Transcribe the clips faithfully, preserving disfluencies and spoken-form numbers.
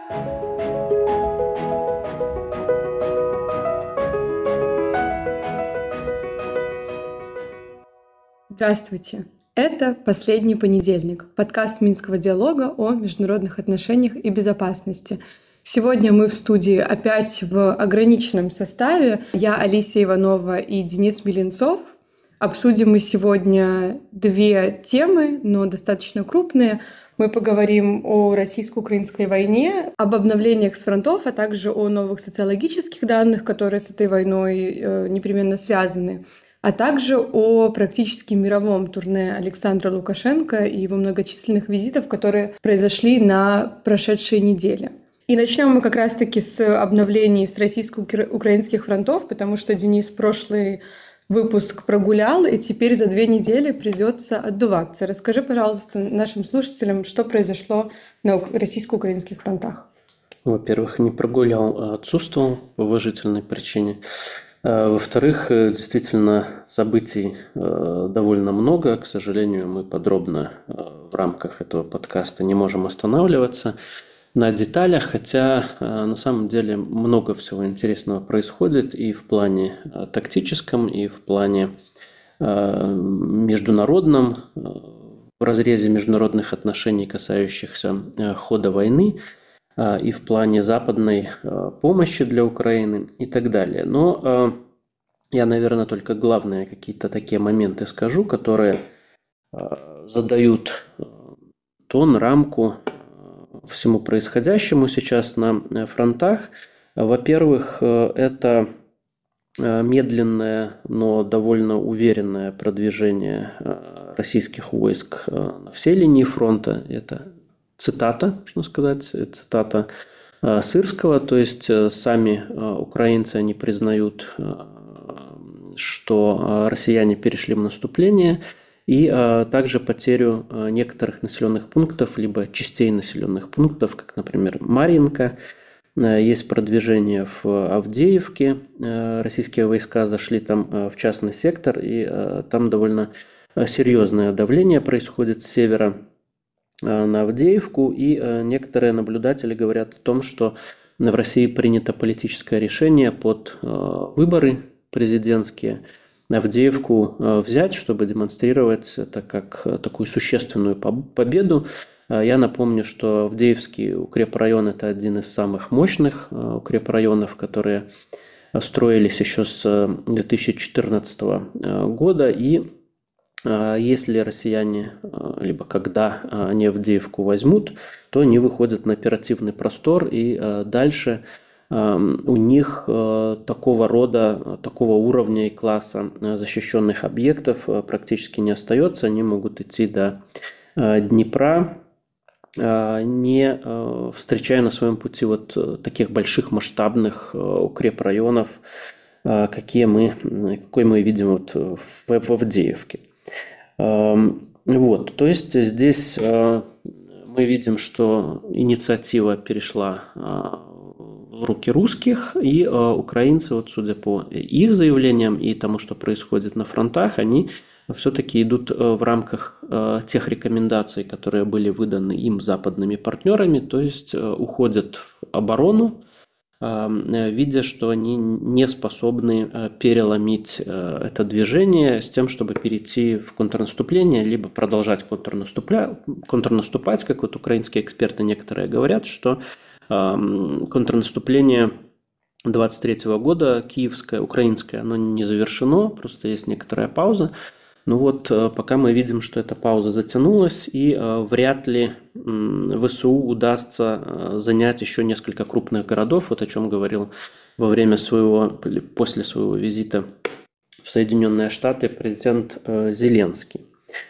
Здравствуйте! Это «Последний понедельник» — подкаст Минского диалога о международных отношениях и безопасности. Сегодня мы в студии опять в ограниченном составе. Я Алисия Иванова и Денис Меленцов. Обсудим мы сегодня две темы, но достаточно крупные. Мы поговорим о российско-украинской войне, об обновлениях с фронтов, а также о новых социологических данных, которые с этой войной непременно связаны, а также о практически мировом турне Александра Лукашенко и его многочисленных визитов, которые произошли на прошедшей неделе. И начнем мы как раз-таки с обновлений с российско-украинских фронтов, потому что Денис прошлый выпуск прогулял, и теперь за две недели придется отдуваться. Расскажи, пожалуйста, нашим слушателям, что произошло на российско-украинских фронтах. Во-первых, не прогулял, а отсутствовал по уважительной причине. Во-вторых, действительно, событий довольно много. К сожалению, мы подробно в рамках этого подкаста не можем останавливаться на деталях, хотя на самом деле много всего интересного происходит и в плане тактическом, и в плане международном, в разрезе международных отношений, касающихся хода войны, и в плане западной помощи для Украины и так далее. Но я, наверное, только главные какие-то такие моменты скажу, которые задают тон, рамку всему происходящему сейчас на фронтах. Во-первых, это медленное, но довольно уверенное продвижение российских войск на всей линии фронта. Это цитата, можно сказать, цитата Сырского, то есть сами украинцы, они признают, что россияне перешли в наступление, и также потерю некоторых населенных пунктов, либо частей населенных пунктов, как, например, Марьинка. Есть продвижение в Авдеевке, российские войска зашли там в частный сектор, и там довольно серьезное давление происходит с севера на Авдеевку, и некоторые наблюдатели говорят о том, что в России принято политическое решение под выборы президентские Авдеевку взять, чтобы демонстрировать это как такую существенную победу. Я напомню, что Авдеевский укрепрайон – это один из самых мощных укрепрайонов, которые строились еще с две тысячи четырнадцатого года, и если россияне, либо когда они Авдеевку возьмут, то они выходят на оперативный простор, и дальше у них такого рода, такого уровня и класса защищенных объектов практически не остается. Они могут идти до Днепра, не встречая на своем пути вот таких больших масштабных укрепрайонов, какие мы, какой мы видим вот в Авдеевке. Вот, то есть здесь мы видим, что инициатива перешла в руки русских, и украинцы, вот судя по их заявлениям и тому, что происходит на фронтах, они все-таки идут в рамках тех рекомендаций, которые были выданы им западными партнерами, то есть уходят в оборону, видя, что они не способны переломить это движение с тем, чтобы перейти в контрнаступление, либо продолжать контрнаступля... контрнаступать, как вот украинские эксперты некоторые говорят, что контрнаступление двадцать третьего года, киевское, украинское, оно не завершено, просто есть некоторая пауза. Но вот пока мы видим, что эта пауза затянулась, и вряд ли ВСУ удастся занять еще несколько крупных городов, вот о чем говорил во время своего, после своего визита в Соединенные Штаты президент Зеленский.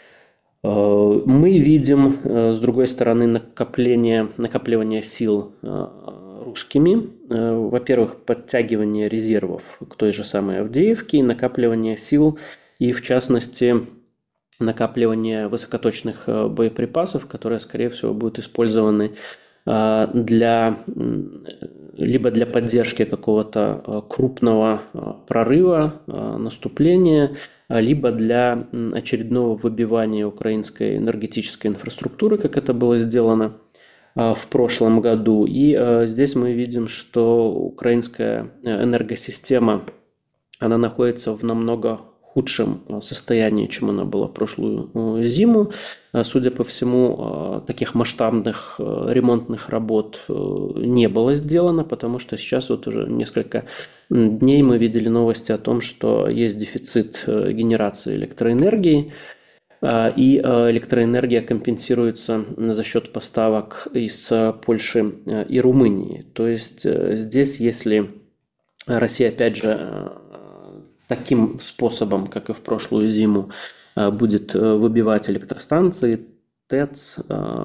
Мы видим, с другой стороны, накопление, накапливание сил русскими. Во-первых, подтягивание резервов к той же самой Авдеевке, и накапливание сил, и в частности накапливание высокоточных боеприпасов, которые, скорее всего, будут использованы для, либо для поддержки какого-то крупного прорыва, наступления, либо для очередного выбивания украинской энергетической инфраструктуры, как это было сделано в прошлом году. И здесь мы видим, что украинская энергосистема, она находится в намного худшем состоянии, чем она была прошлую зиму. Судя по всему, таких масштабных ремонтных работ не было сделано, потому что сейчас вот уже несколько дней мы видели новости о том, что есть дефицит генерации электроэнергии, и электроэнергия компенсируется за счет поставок из Польши и Румынии. То есть здесь, если Россия, опять же, таким способом, как и в прошлую зиму, будет выбивать электростанции, ТЭЦ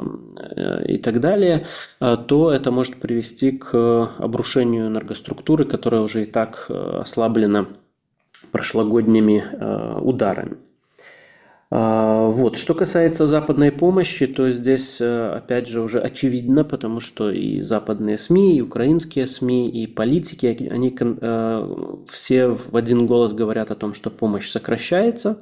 и так далее, то это может привести к обрушению энергоструктуры, которая уже и так ослаблена прошлогодними ударами. Вот. Что касается западной помощи, то здесь, опять же, уже очевидно, потому что и западные СМИ, и украинские СМИ, и политики, они все в один голос говорят о том, что помощь сокращается.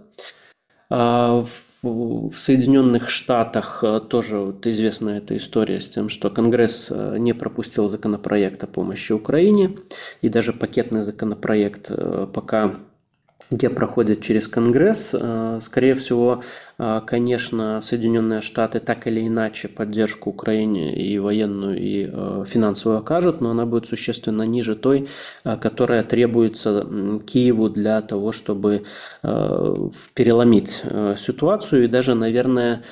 В Соединенных Штатах тоже вот известна эта история с тем, что Конгресс не пропустил законопроект о помощи Украине, и даже пакетный законопроект пока где проходит через Конгресс. Скорее всего, конечно, Соединенные Штаты так или иначе поддержку Украине и военную, и финансовую окажут, но она будет существенно ниже той, которая требуется Киеву для того, чтобы переломить ситуацию, и даже, наверное,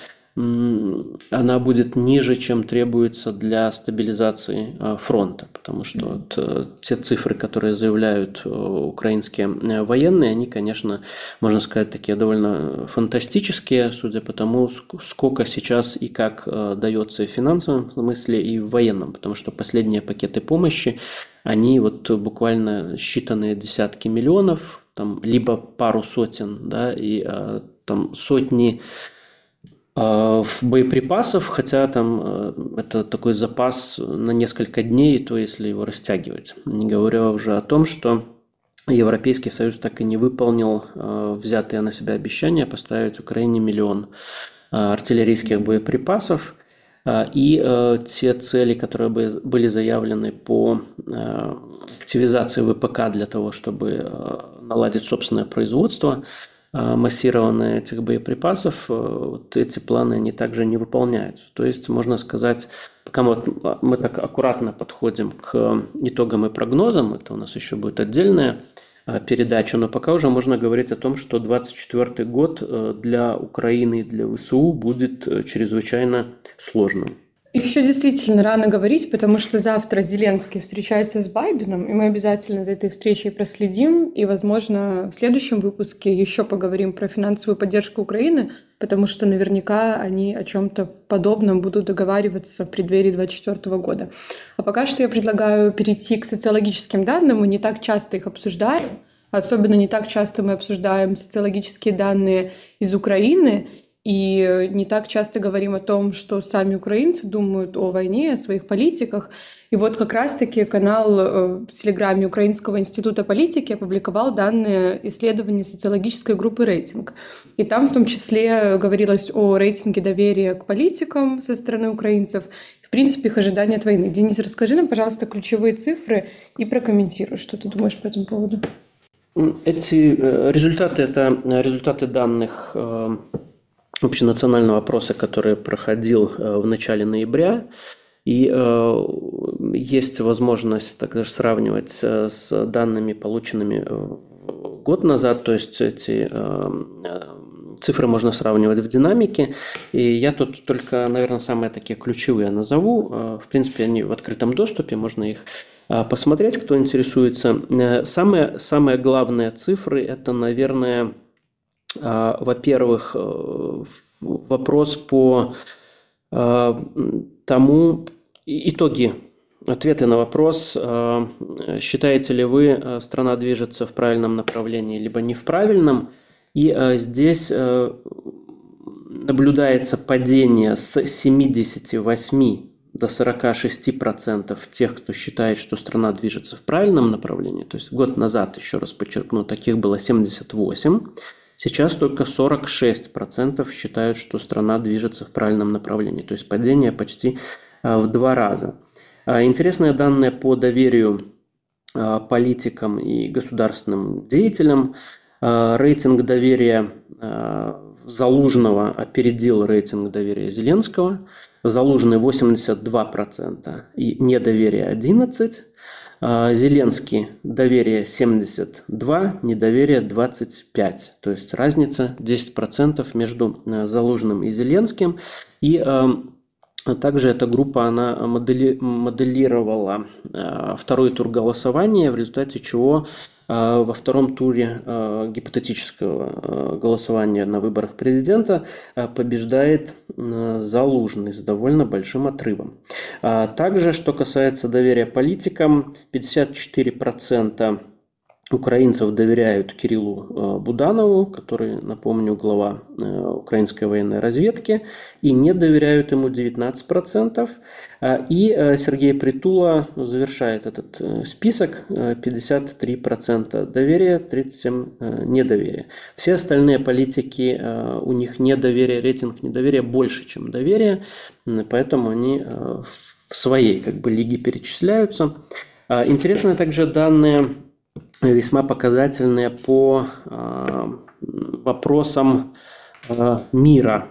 она будет ниже, чем требуется для стабилизации фронта, потому что вот те цифры, которые заявляют украинские военные, они, конечно, можно сказать, такие довольно фантастические, судя по тому, сколько сейчас и как дается и в финансовом смысле, и в военном, потому что последние пакеты помощи, они вот буквально считанные десятки миллионов, там, либо пару сотен, да, и там сотни боеприпасов, хотя там это такой запас на несколько дней, то если его растягивать. Не говоря уже о том, что Европейский Союз так и не выполнил взятые на себя обещания поставить Украине миллион артиллерийских боеприпасов. И те цели, которые были заявлены по активизации ВПК для того, чтобы наладить собственное производство, массированные этих боеприпасов, вот эти планы они также не выполняются. То есть, можно сказать, пока мы, мы так аккуратно подходим к итогам и прогнозам, это у нас еще будет отдельная передача, но пока уже можно говорить о том, что двадцать четвёртый год для Украины и для ВСУ будет чрезвычайно сложным. Еще действительно рано говорить, потому что завтра Зеленский встречается с Байденом, и мы обязательно за этой встречей проследим, и, возможно, в следующем выпуске еще поговорим про финансовую поддержку Украины, потому что наверняка они о чем-то подобном будут договариваться в преддверии двадцать четвёртого года. А пока что я предлагаю перейти к социологическим данным, мы не так часто их обсуждаем, особенно не так часто мы обсуждаем социологические данные из Украины, и не так часто говорим о том, что сами украинцы думают о войне, о своих политиках. И вот как раз-таки канал в Телеграме Украинского института политики опубликовал данные исследования социологической группы «Рейтинг». И там в том числе говорилось о рейтинге доверия к политикам со стороны украинцев, в принципе, их ожидания от войны. Денис, расскажи нам, пожалуйста, ключевые цифры и прокомментируй, что ты думаешь по этому поводу. Эти результаты – это результаты данных общенационального опроса, который проходил в начале ноября, и э, есть возможность также сравнивать с данными, полученными год назад, то есть эти э, цифры можно сравнивать в динамике, и я тут только, наверное, самые такие ключевые назову, в принципе, они в открытом доступе, можно их посмотреть, кто интересуется. Самые, самые главные цифры – это, наверное, во-первых, вопрос по тому, итоги, ответы на вопрос, считаете ли вы, страна движется в правильном направлении, либо не в правильном. И здесь наблюдается падение с семидесяти восьми до сорока шести процентов тех, кто считает, что страна движется в правильном направлении. То есть год назад, еще раз подчеркну, таких было семьдесят восемь. Сейчас только сорок шесть процентов считают, что страна движется в правильном направлении. То есть падение почти в два раза. Интересные данные по доверию политикам и государственным деятелям. Рейтинг доверия Залужного опередил рейтинг доверия Зеленского. Залужный восемьдесят два процента и недоверие одиннадцать процентов. Зеленский доверие семьдесят два процента, недоверие двадцать пять процентов. То есть разница десять процентов между Залужным и Зеленским. И также эта группа она модели, моделировала второй тур голосования, в результате чего во втором туре гипотетического голосования на выборах президента побеждает Залужный с довольно большим отрывом. Также, что касается доверия политикам, пятьдесят четыре процента украинцев доверяют Кириллу Буданову, который, напомню, глава украинской военной разведки, и не доверяют ему девятнадцать процентов. И Сергей Притула завершает этот список: пятьдесят три процента доверия, тридцать семь процентов недоверия. Все остальные политики, у них недоверие, рейтинг недоверия больше, чем доверие, поэтому они в своей как бы лиге перечисляются. Интересны также данные, весьма показательные по э, вопросам э, мира.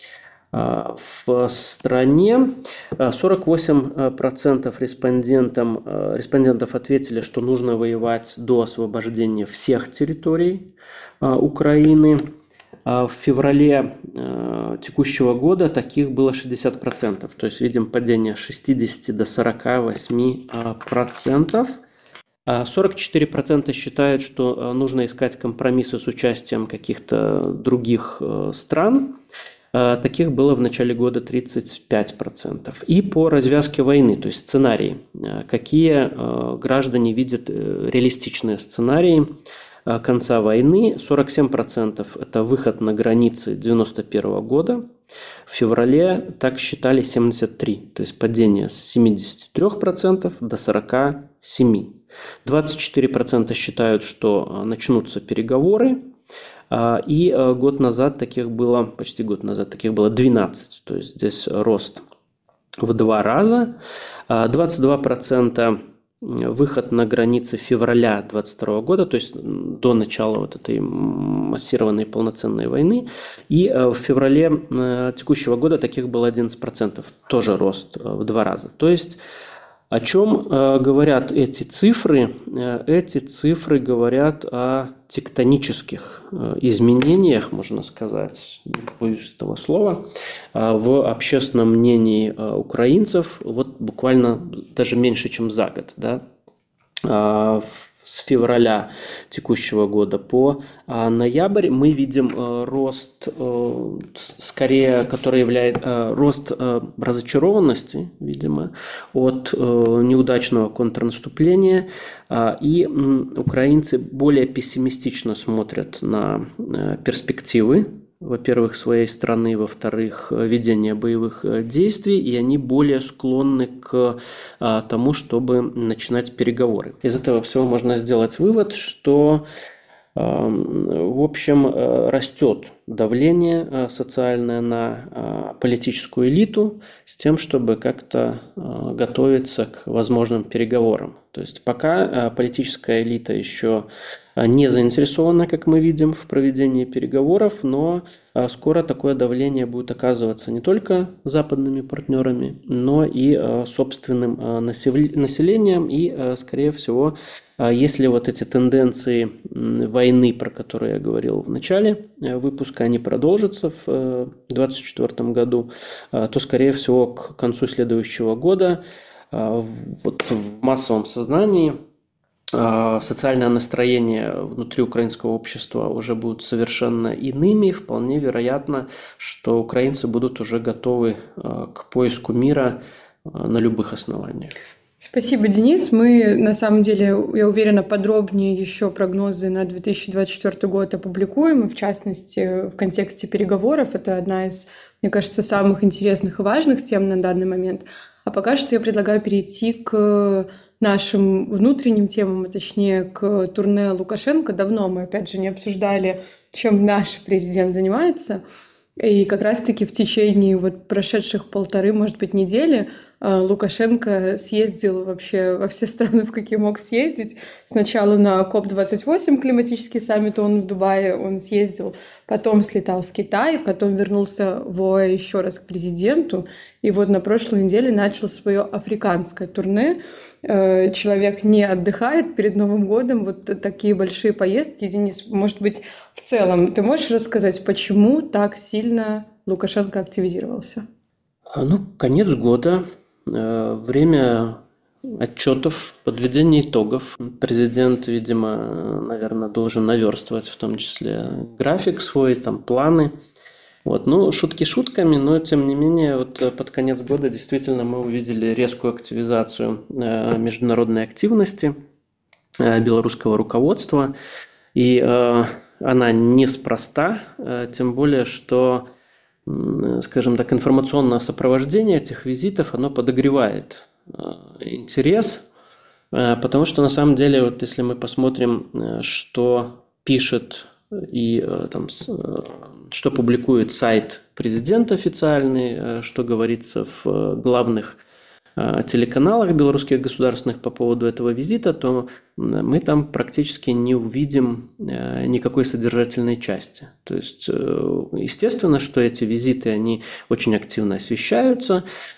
Э, в стране сорок восемь процентов респондентам, э, респондентов ответили, что нужно воевать до освобождения всех территорий э, Украины. В феврале э, текущего года таких было шестьдесят процентов. То есть видим падение с шестидесяти до сорока восьми процентов. сорок четыре процента считают, что нужно искать компромиссы с участием каких-то других стран. Таких было в начале года тридцать пять процентов. И по развязке войны, то есть сценарии. Какие граждане видят реалистичные сценарии конца войны? сорок семь процентов это выход на границы девяносто первого года. В феврале так считали семьдесят три процента, то есть падение с семидесяти трёх процентов до сорока семи процентов. двадцать четыре процента считают, что начнутся переговоры, и год назад таких было, почти год назад таких было двенадцать, то есть здесь рост в два раза. двадцать два процента выход на границы февраля две тысячи двадцать второго года, то есть до начала вот этой массированной полноценной войны. И в феврале текущего года таких было одиннадцать процентов, тоже рост в два раза. То есть о чем говорят эти цифры? Эти цифры говорят о тектонических изменениях, можно сказать, не боюсь этого слова, в общественном мнении украинцев, вот буквально даже меньше, чем за год, да? С февраля текущего года по ноябрь мы видим рост, скорее, который является рост разочарованности, видимо, от неудачного контрнаступления, и украинцы более пессимистично смотрят на перспективы, во-первых, своей страны, во-вторых, ведения боевых действий, и они более склонны к а, тому, чтобы начинать переговоры. Из этого всего можно сделать вывод, что, а, в общем, растет давление а, социальное на а, политическую элиту с тем, чтобы как-то а, готовиться к возможным переговорам. То есть пока а, политическая элита еще не заинтересована, как мы видим, в проведении переговоров, но скоро такое давление будет оказываться не только западными партнерами, но и собственным населением. И, скорее всего, если вот эти тенденции войны, про которые я говорил в начале выпуска, они продолжатся в две тысячи двадцать четвёртом году, то, скорее всего, к концу следующего года вот в массовом сознании социальное настроение внутри украинского общества уже будут совершенно иными. Вполне вероятно, что украинцы будут уже готовы к поиску мира на любых основаниях. Спасибо, Денис. Мы, на самом деле, я уверена, подробнее еще прогнозы на две тысячи двадцать четвёртый год опубликуем, в частности, в контексте переговоров. Это одна из, мне кажется, самых интересных и важных тем на данный момент. А пока что я предлагаю перейти к нашим внутренним темам, а точнее к турне Лукашенко. Давно мы, опять же, не обсуждали, чем наш президент занимается. И как раз-таки в течение вот прошедших полторы, может быть, недели Лукашенко съездил вообще во все страны, в какие мог съездить. Сначала на коп двадцать восемь климатический саммит, он в Дубае, он съездил, потом слетал в Китай, потом вернулся в ОАЭ еще раз к президенту, и вот на прошлой неделе начал свое африканское турне. Человек не отдыхает перед Новым годом, вот такие большие поездки. Денис, может быть, в целом ты можешь рассказать, почему так сильно Лукашенко активизировался? Ну, конец года, время отчетов, подведение итогов. Президент, видимо, наверное, должен наверстывать в том числе график свой, там, планы. Вот. Ну, шутки шутками, но тем не менее, вот под конец года действительно мы увидели резкую активизацию международной активности белорусского руководства. И она неспроста, тем более, что, скажем так, информационное сопровождение этих визитов, оно подогревает интерес, потому что на самом деле, вот если мы посмотрим, что пишет и там, что публикует сайт президента официальный, что говорится в главных телеканалах белорусских государственных по поводу этого визита, то мы там практически не увидим никакой содержательной части. То есть, естественно, что эти визиты, они очень активно освещаются,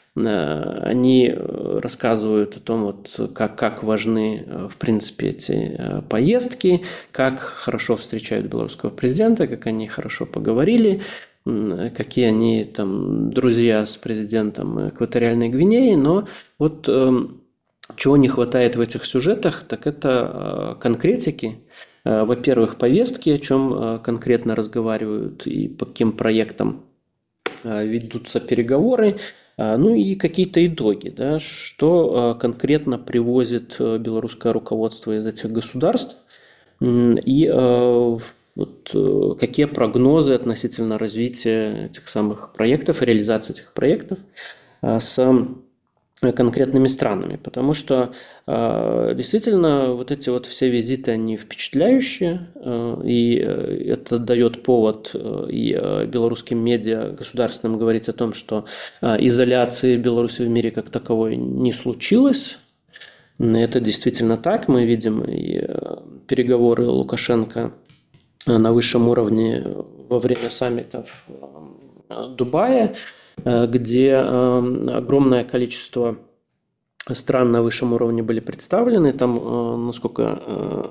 они рассказывают о том, вот, как, как важны, в принципе, эти поездки, как хорошо встречают белорусского президента, как они хорошо поговорили, какие они там друзья с президентом Экваториальной Гвинеи. Но вот чего не хватает в этих сюжетах, так это конкретики. Во-первых, повестки, о чем конкретно разговаривают и по каким проектам ведутся переговоры. Ну и какие-то итоги, да, что конкретно привозит белорусское руководство из этих государств и вот какие прогнозы относительно развития этих самых проектов и реализации этих проектов с конкретными странами, потому что действительно вот эти вот все визиты, они впечатляющие, и это дает повод и белорусским медиа государственным говорить о том, что изоляции Беларуси в мире как таковой не случилось. Это действительно так. Мы видим и переговоры Лукашенко на высшем уровне во время саммитов Дубая, где огромное количество стран на высшем уровне были представлены. Там, насколько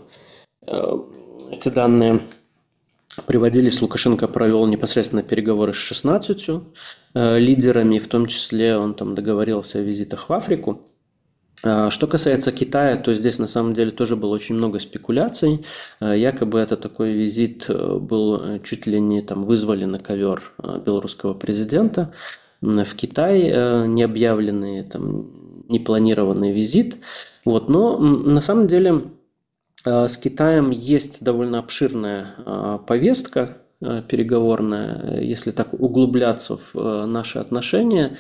эти данные приводились, Лукашенко провел непосредственно переговоры с шестнадцатью лидерами, в том числе он там договорился о визитах в Африку. Что касается Китая, то здесь на самом деле тоже было очень много спекуляций. Якобы это такой визит был чуть ли не там вызвали на ковер белорусского президента в Китай, не объявленный, там, не планированный визит. Вот. Но на самом деле с Китаем есть довольно обширная повестка переговорная. Если так углубляться в наши отношения,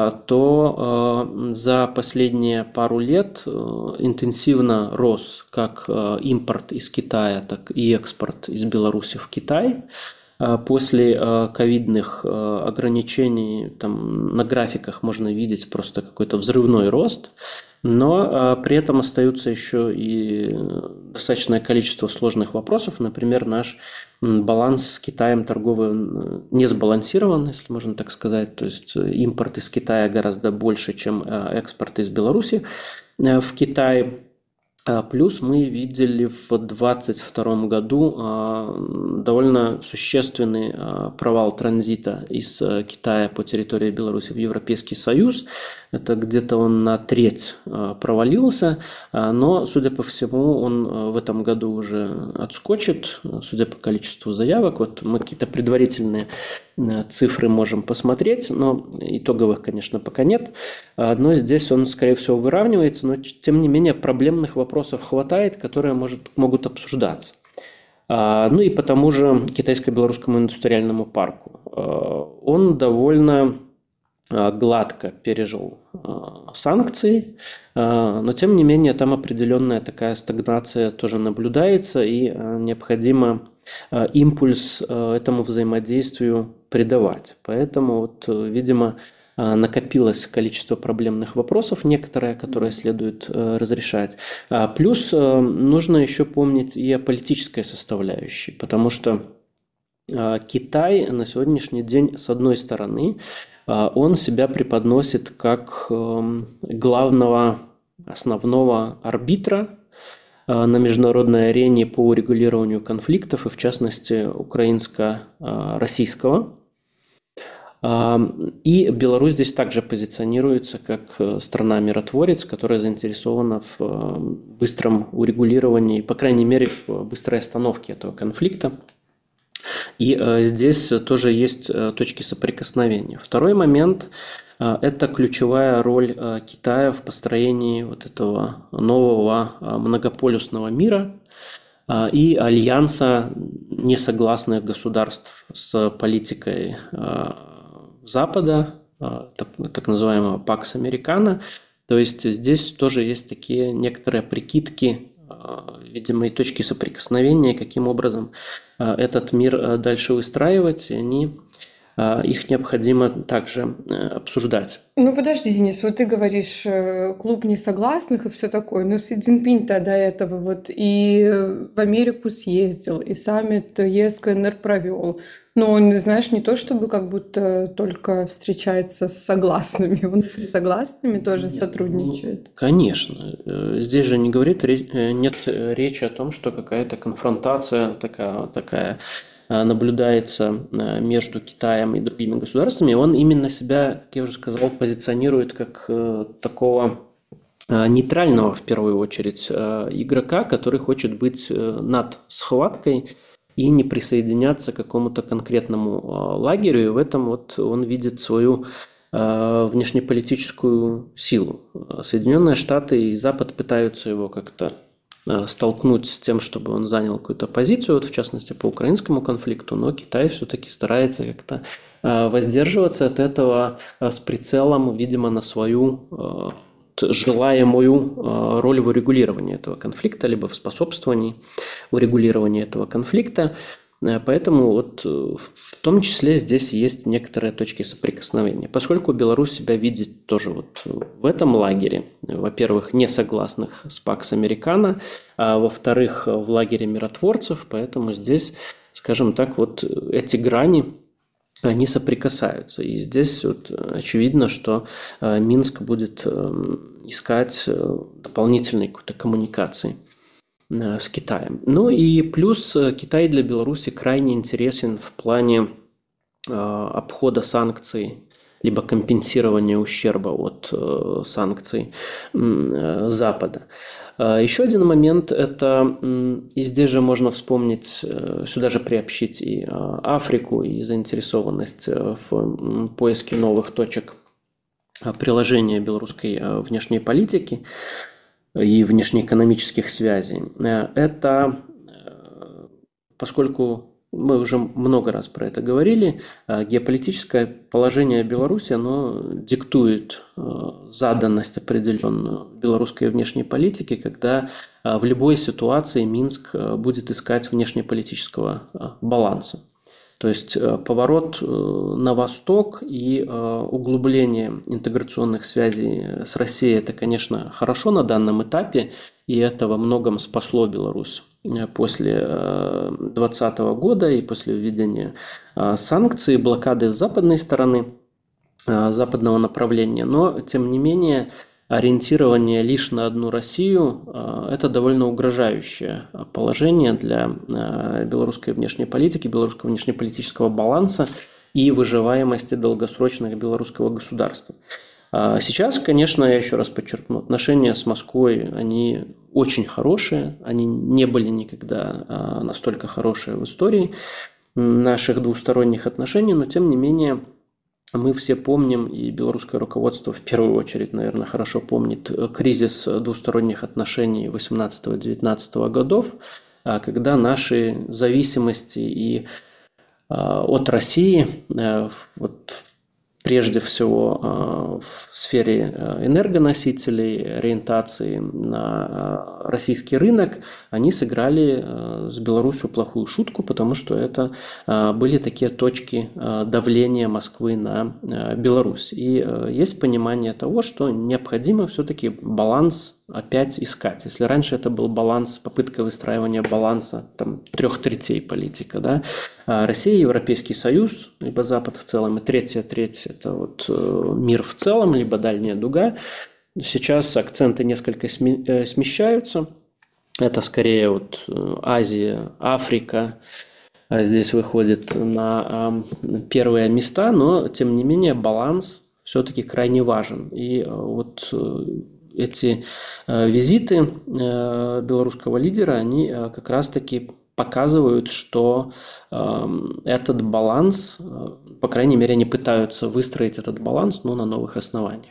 то за последние пару лет интенсивно рос как импорт из Китая, так и экспорт из Беларуси в Китай. После ковидных ограничений там, на графиках можно видеть просто какой-то взрывной рост, но при этом остаются еще и достаточное количество сложных вопросов. Например, наш баланс с Китаем торговый не сбалансирован, если можно так сказать. То есть импорт из Китая гораздо больше, чем экспорт из Беларуси в Китай. Плюс мы видели в две тысячи двадцать втором году довольно существенный провал транзита из Китая по территории Беларуси в Европейский Союз. Это где-то он на треть провалился, но, судя по всему, он в этом году уже отскочит, судя по количеству заявок. Вот мы какие-то предварительные цифры можем посмотреть, но итоговых, конечно, пока нет. Но здесь он, скорее всего, выравнивается, но, тем не менее, проблемных вопросов хватает, которые может, могут обсуждаться. Ну и по тому же китайско-белорусскому индустриальному парку. Он довольно гладко пережил санкции, но тем не менее там определенная такая стагнация тоже наблюдается, и необходимо импульс этому взаимодействию придавать. Поэтому, вот, видимо, накопилось количество проблемных вопросов, некоторые, которые следует разрешать. Плюс нужно еще помнить и о политической составляющей, потому что Китай на сегодняшний день, с одной стороны, он себя преподносит как главного, основного арбитра на международной арене по урегулированию конфликтов, и в частности украинско-российского. И Беларусь здесь также позиционируется как страна-миротворец, которая заинтересована в быстром урегулировании, по крайней мере, в быстрой остановке этого конфликта. И здесь тоже есть точки соприкосновения. Второй момент – это ключевая роль Китая в построении вот этого нового многополюсного мира и альянса несогласных государств с политикой Запада, так, так называемого Пакс Американо. То есть здесь тоже есть такие некоторые прикидки, видимо, и точки соприкосновения, каким образом этот мир дальше выстраивать, и они, их необходимо также обсуждать. Ну подожди, Денис, вот ты говоришь клуб несогласных и все такое, но Си Цзиньпинь-то до этого вот и в Америку съездил, и саммит ЕС КНР провел. Но он, знаешь, не то чтобы как будто только встречается с согласными, он с несогласными тоже Нет, сотрудничает. Ну, конечно. Здесь же не говорит, нет речи о том, что какая-то конфронтация такая, такая наблюдается между Китаем и другими государствами. Он именно себя, как я уже сказал, позиционирует как такого нейтрального, в первую очередь, игрока, который хочет быть над схваткой и не присоединяться к какому-то конкретному лагерю. И в этом вот он видит свою внешнеполитическую силу. Соединенные Штаты и Запад пытаются его как-то столкнуть с тем, чтобы он занял какую-то позицию, вот в частности по украинскому конфликту, но Китай все-таки старается как-то воздерживаться от этого с прицелом, видимо, на свою желаемую роль в урегулировании этого конфликта, либо в способствовании урегулированию этого конфликта. Поэтому вот в том числе здесь есть некоторые точки соприкосновения. Поскольку Беларусь себя видит тоже вот в этом лагере, во-первых, не согласных с Пакс Американо, а во-вторых, в лагере миротворцев, поэтому здесь, скажем так, вот эти грани, они соприкасаются. И здесь вот очевидно, что Минск будет искать дополнительной какой-то коммуникации с Китаем. Ну и плюс Китай для Беларуси крайне интересен в плане обхода санкций, либо компенсирования ущерба от санкций Запада. Еще один момент – это, и здесь же можно вспомнить, сюда же приобщить и Африку, и заинтересованность в поиске новых точек приложения белорусской внешней политики и внешнеэкономических связей. Это, поскольку мы уже много раз про это говорили, геополитическое положение Беларуси, оно диктует заданность определенную белорусской внешней политики, когда в любой ситуации Минск будет искать внешнеполитического баланса. То есть поворот на восток и углубление интеграционных связей с Россией – это, конечно, хорошо на данном этапе, и это во многом спасло Беларусь после две тысячи двадцатого года и после введения санкций, блокады с западной стороны, западного направления. Но, тем не менее, ориентирование лишь на одну Россию – это довольно угрожающее положение для белорусской внешней политики, белорусского внешнеполитического баланса и выживаемости долгосрочных белорусского государства. Сейчас, конечно, я еще раз подчеркну, отношения с Москвой, они очень хорошие, они не были никогда настолько хорошие в истории наших двусторонних отношений, но тем не менее мы все помним, и белорусское руководство в первую очередь, наверное, хорошо помнит кризис двусторонних отношений восемнадцатого-девятнадцатого годов, когда наши зависимости и от России вот прежде всего в сфере энергоносителей, ориентации на российский рынок, они сыграли с Беларусью плохую шутку, потому что это были такие точки давления Москвы на Беларусь. И есть понимание того, что необходимо все-таки баланс опять искать. Если раньше это был баланс, попытка выстраивания баланса там, трех третей политика, да, Россия, Европейский Союз, либо Запад в целом, и третья треть – это вот мир в целом, либо дальняя дуга. Сейчас акценты несколько смещаются. Это скорее вот Азия, Африка здесь выходит на первые места, но тем не менее баланс все-таки крайне важен. И вот эти визиты белорусского лидера, они как раз-таки показывают, что этот баланс, по крайней мере, они пытаются выстроить этот баланс, но на новых основаниях.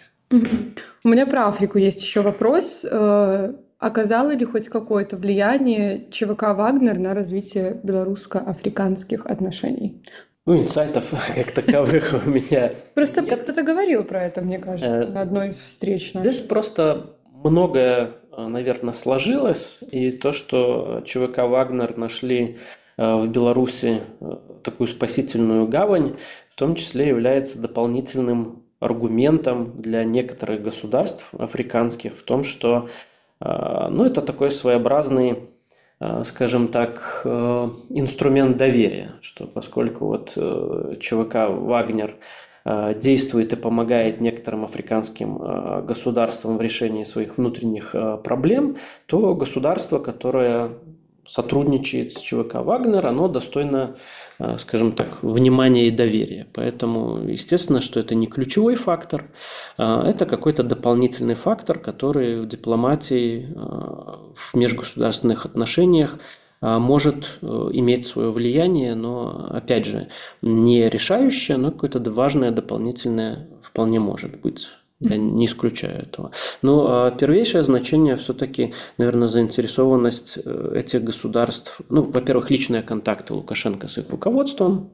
У меня про Африку есть еще вопрос. Оказало ли хоть какое-то влияние ЧВК «Вагнер» на развитие белорусско-африканских отношений? Ну, инсайтов как таковых у меня Просто нет. Кто-то говорил про это, мне кажется, на одной из встреч наших. Здесь просто многое, наверное, сложилось, и то, что ЧВК «Вагнер» нашли в Беларуси такую спасительную гавань, в том числе является дополнительным аргументом для некоторых государств африканских в том, что ну, это такой своеобразный, скажем так, инструмент доверия, что поскольку вот ЧВК «Вагнер» действует и помогает некоторым африканским государствам в решении своих внутренних проблем, то государство, которое сотрудничает с ЧВК «Вагнер», оно достойно, скажем так, внимания и доверия. Поэтому, естественно, что это не ключевой фактор, это какой-то дополнительный фактор, который в дипломатии, в межгосударственных отношениях может иметь свое влияние, но, опять же, не решающее, но какое-то важное дополнительное вполне может быть. Я не исключаю этого. Но первейшее значение все-таки, наверное, заинтересованность этих государств. Ну, во-первых, личные контакты Лукашенко с их руководством.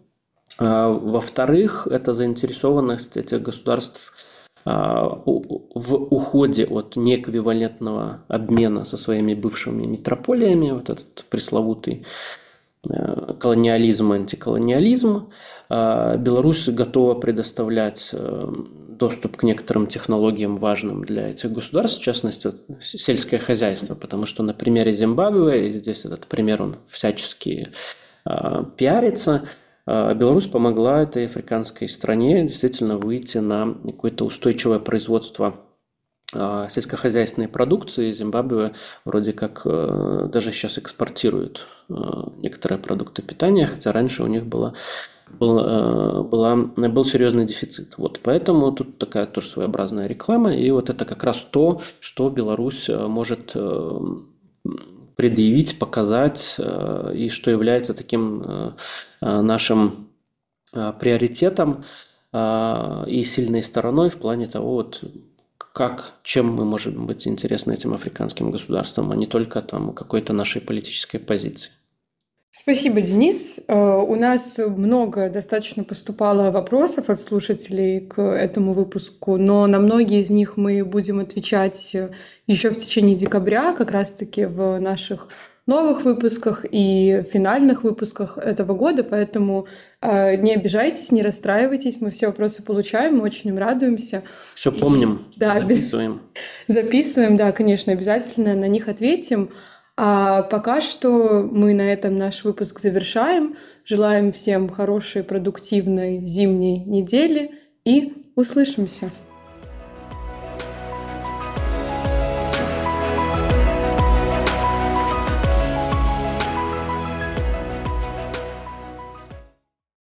Во-вторых, это заинтересованность этих государств в уходе от неэквивалентного обмена со своими бывшими метрополиями, вот этот пресловутый колониализм, антиколониализм. Беларусь готова предоставлять доступ к некоторым технологиям, важным для этих государств, в частности, сельское хозяйство, потому что на примере Зимбабве, и здесь этот пример, он всячески пиарится, Беларусь помогла этой африканской стране действительно выйти на какое-то устойчивое производство сельскохозяйственной продукции. Зимбабве вроде как даже сейчас экспортирует некоторые продукты питания, хотя раньше у них было, был, была, был серьезный дефицит. Вот, поэтому тут такая тоже своеобразная реклама, и вот это как раз то, что Беларусь может предъявить, показать, и что является таким нашим приоритетом и сильной стороной в плане того, вот, как, чем мы можем быть интересны этим африканским государствам, а не только там какой-то нашей политической позиции. Спасибо, Денис. У нас много достаточно поступало вопросов от слушателей к этому выпуску, но на многие из них мы будем отвечать еще в течение декабря, как раз-таки в наших новых выпусках и финальных выпусках этого года, поэтому не обижайтесь, не расстраивайтесь, мы все вопросы получаем, мы очень им радуемся. Все помним, и, да, записываем. Записываем, да, конечно, обязательно на них ответим. А пока что мы на этом наш выпуск завершаем. Желаем всем хорошей, продуктивной зимней недели и услышимся.